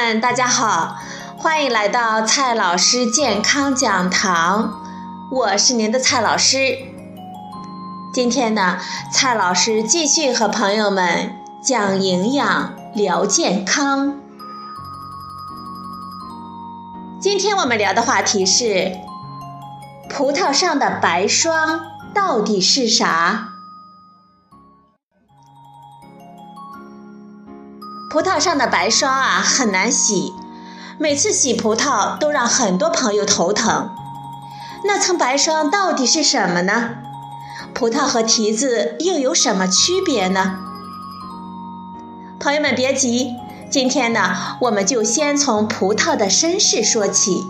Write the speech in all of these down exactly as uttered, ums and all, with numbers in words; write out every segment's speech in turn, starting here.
们，大家好，欢迎来到蔡老师健康讲堂，我是您的蔡老师。今天呢，蔡老师继续和朋友们讲营养、聊健康。今天我们聊的话题是：葡萄上的白霜到底是啥？葡萄上的白霜啊，很难洗，每次洗葡萄都让很多朋友头疼。那层白霜到底是什么呢？葡萄和提子又有什么区别呢？朋友们别急，今天呢，我们就先从葡萄的身世说起。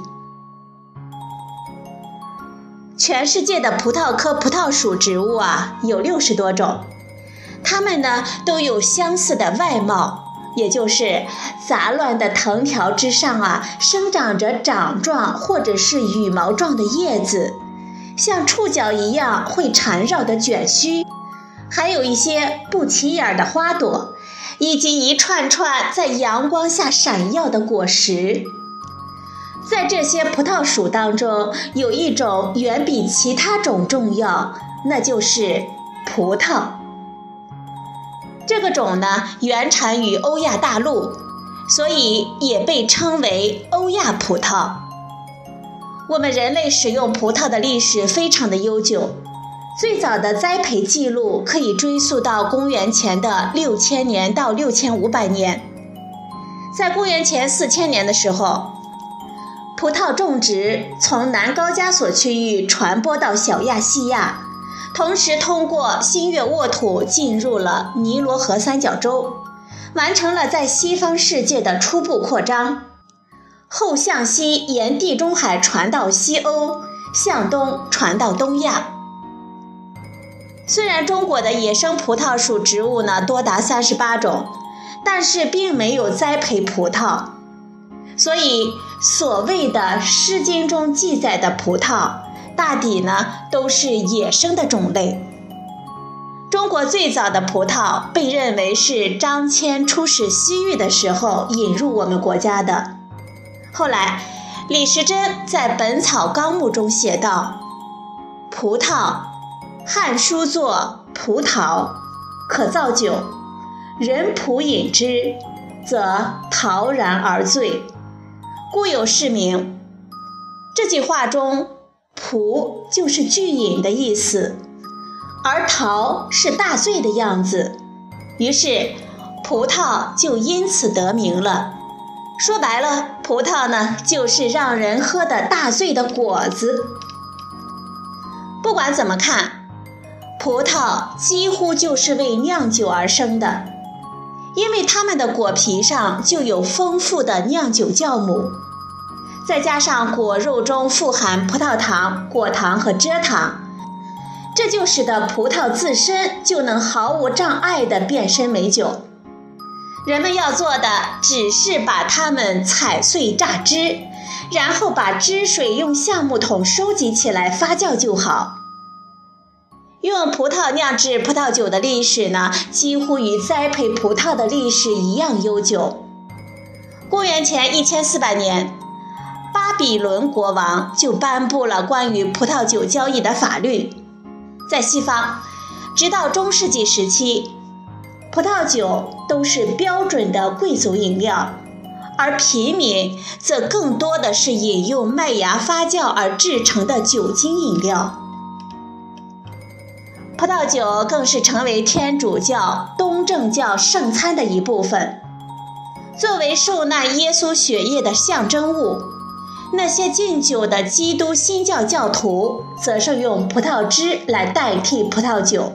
全世界的葡萄科葡萄属植物啊，有六十多种，它们呢都有相似的外貌。也就是杂乱的藤条之上啊，生长着掌状或者是羽毛状的叶子，像触角一样会缠绕的卷须，还有一些不起眼的花朵，以及一串串在阳光下闪耀的果实。在这些葡萄属当中，有一种远比其他种重要，那就是葡萄。这个种呢，原产于欧亚大陆，所以也被称为欧亚葡萄。我们人类使用葡萄的历史非常的悠久，最早的栽培记录可以追溯到公元前的六千年到六千五百年。在公元前四千年的时候，葡萄种植从南高加索区域传播到小亚细亚，同时通过新月沃土进入了尼罗河三角洲，完成了在西方世界的初步扩张，后向西沿地中海传到西欧，向东传到东亚。虽然中国的野生葡萄属植物呢多达三十八种，但是并没有栽培葡萄，所以所谓的《诗经》中记载的葡萄大抵呢都是野生的种类。中国最早的葡萄被认为是张骞出使西域的时候引入我们国家的。后来李时珍在《本草纲目》中写道：葡萄，汉书作葡萄，可造酒，人仆饮之，则陶然而醉，故有是名。这句话中，葡就是巨饮的意思，而陶是大醉的样子，于是葡萄就因此得名了。说白了，葡萄呢就是让人喝得大醉的果子。不管怎么看，葡萄几乎就是为酿酒而生的，因为它们的果皮上就有丰富的酿酒酵母，再加上果肉中富含葡萄糖、果糖和蔗糖，这就使得葡萄自身就能毫无障碍地变身美酒。人们要做的只是把它们踩碎榨汁，然后把汁水用橡木桶收集起来发酵就好。用葡萄酿制葡萄酒的历史呢，几乎与栽培葡萄的历史一样悠久。公元前一千四百年，巴比伦国王就颁布了关于葡萄酒交易的法律。在西方，直到中世纪时期，葡萄酒都是标准的贵族饮料，而平民则更多的是饮用麦芽发酵而制成的酒精饮料。葡萄酒更是成为天主教、东正教圣餐的一部分，作为受难耶稣血液的象征物。那些禁酒的基督新教教徒则是用葡萄汁来代替葡萄酒。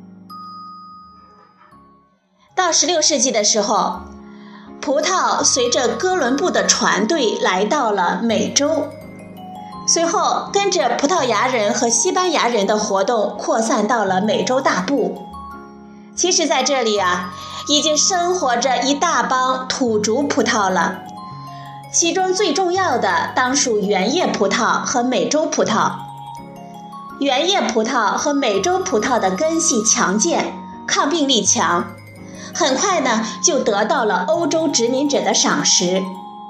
到十六世纪的时候，葡萄随着哥伦布的船队来到了美洲，随后跟着葡萄牙人和西班牙人的活动扩散到了美洲大部。其实在这里啊，已经生活着一大帮土著葡萄了，其中最重要的当属原叶葡萄和美洲葡萄。原叶葡萄和美洲葡萄的根系强健，抗病力强，很快呢就得到了欧洲殖民者的赏识，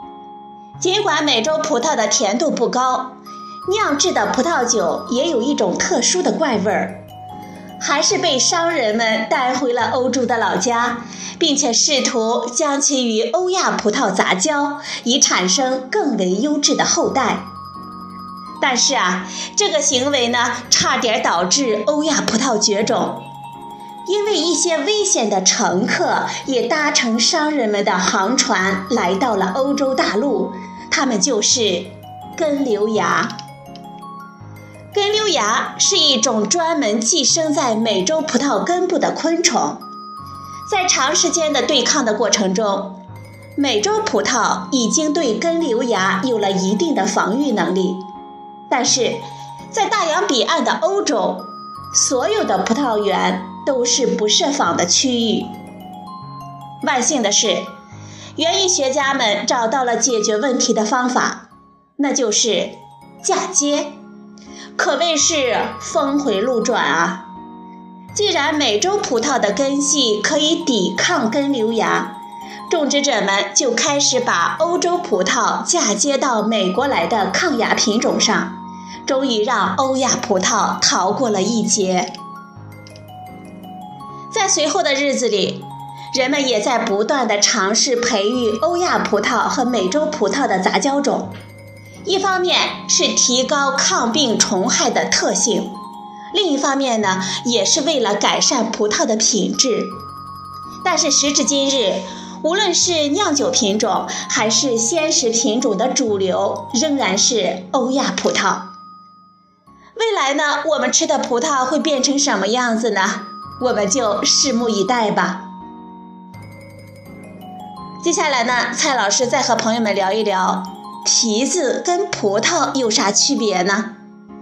尽管美洲葡萄的甜度不高，酿制的葡萄酒也有一种特殊的怪味儿，还是被商人们带回了欧洲的老家，并且试图将其与欧亚葡萄杂交，以产生更为优质的后代。但是啊，这个行为呢，差点导致欧亚葡萄绝种，因为一些危险的乘客也搭乘商人们的航船来到了欧洲大陆，他们就是根瘤蚜。根瘤蚜是一种专门寄生在美洲葡萄根部的昆虫，在长时间的对抗的过程中，美洲葡萄已经对根瘤蚜有了一定的防御能力。但是在大洋彼岸的欧洲，所有的葡萄园都是不设防的区域。万幸的是，园艺学家们找到了解决问题的方法，那就是嫁接，可谓是峰回路转啊！既然美洲葡萄的根系可以抵抗根瘤蚜，种植者们就开始把欧洲葡萄嫁接到美国来的抗蚜品种上，终于让欧亚葡萄逃过了一劫。在随后的日子里，人们也在不断地尝试培育欧亚葡萄和美洲葡萄的杂交种，一方面是提高抗病虫害的特性，另一方面呢，也是为了改善葡萄的品质。但是时至今日，无论是酿酒品种还是鲜食品种的主流仍然是欧亚葡萄。未来呢，我们吃的葡萄会变成什么样子呢？我们就拭目以待吧。接下来呢，蔡老师再和朋友们聊一聊提子跟葡萄有啥区别呢？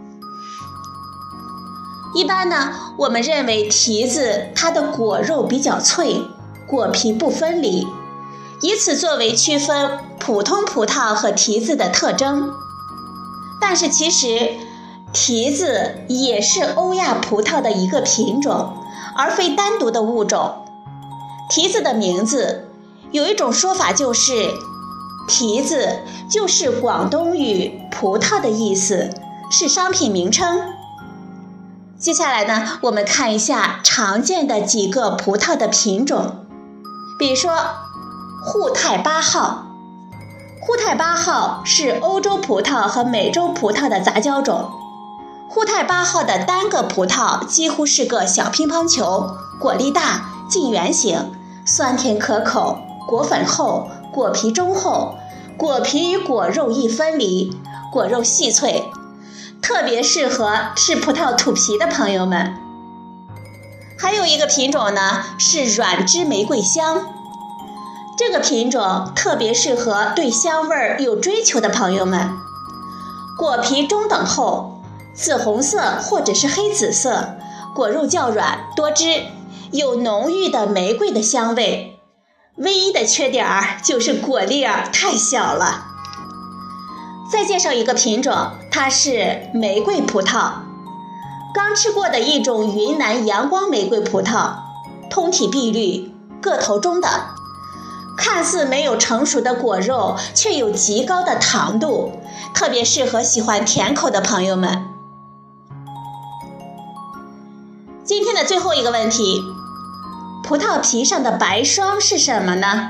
一般呢，我们认为提子它的果肉比较脆，果皮不分离，以此作为区分普通葡萄和提子的特征。但是其实提子也是欧亚葡萄的一个品种，而非单独的物种。提子的名字有一种说法，就是提子就是广东语葡萄的意思，是商品名称。接下来呢，我们看一下常见的几个葡萄的品种，比如说沪太八号。沪太八号是欧洲葡萄和美洲葡萄的杂交种。沪太八号的单个葡萄几乎是个小乒乓球，果粒大，近圆形，酸甜可口，果粉厚，果皮中厚，果皮与果肉易分离，果肉细脆，特别适合吃葡萄吐皮的朋友们。还有一个品种呢，是软枝玫瑰香。这个品种特别适合对香味有追求的朋友们。果皮中等厚，紫红色或者是黑紫色，果肉较软多汁，有浓郁的玫瑰的香味。唯一的缺点儿就是果粒儿太小了。再介绍一个品种，它是玫瑰葡萄。刚吃过的一种云南阳光玫瑰葡萄，通体碧绿，个头中等，看似没有成熟的果肉，却有极高的糖度，特别适合喜欢甜口的朋友们。今天的最后一个问题，葡萄皮上的白霜是什么呢？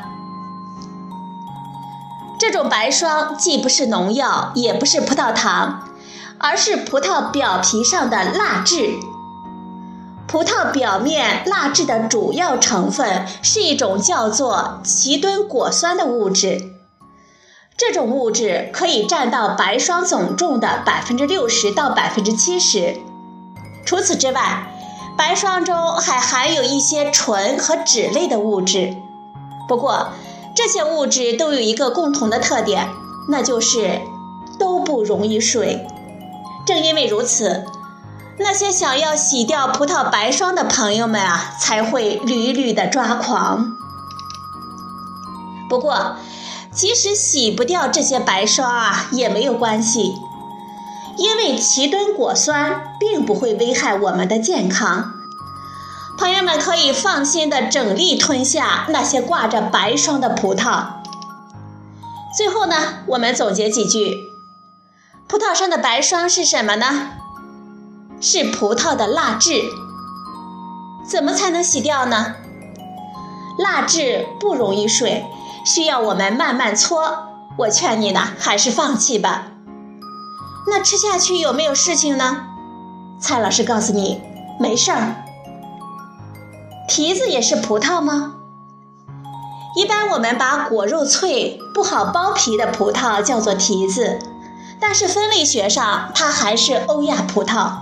这种白霜既不是农药，也不是葡萄糖，而是葡萄表皮上的蜡质。葡萄表面蜡质的主要成分是一种叫做奇敦果酸的物质，这种物质可以占到白霜总重的 百分之六十 到 百分之七十。 除此之外，白霜中还含有一些醇和酯类的物质。不过这些物质都有一个共同的特点，那就是都不溶于水。正因为如此，那些想要洗掉葡萄白霜的朋友们啊，才会屡屡的抓狂。不过即使洗不掉这些白霜啊，也没有关系，因为奇敦果酸并不会危害我们的健康。朋友们可以放心的整粒吞下那些挂着白霜的葡萄。 最后呢，我们总结几句。葡萄上的白霜是什么呢？是葡萄的蜡质。怎么才能洗掉呢？蜡质不溶于水，需要我们慢慢搓。我劝你呢，还是放弃吧。那吃下去有没有事情呢？蔡老师告诉你，没事儿。提子也是葡萄吗？一般我们把果肉脆、不好剥皮的葡萄叫做提子，但是分类学上它还是欧亚葡萄。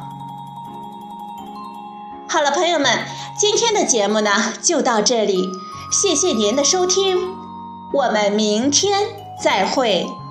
好了，朋友们，今天的节目呢就到这里，谢谢您的收听，我们明天再会。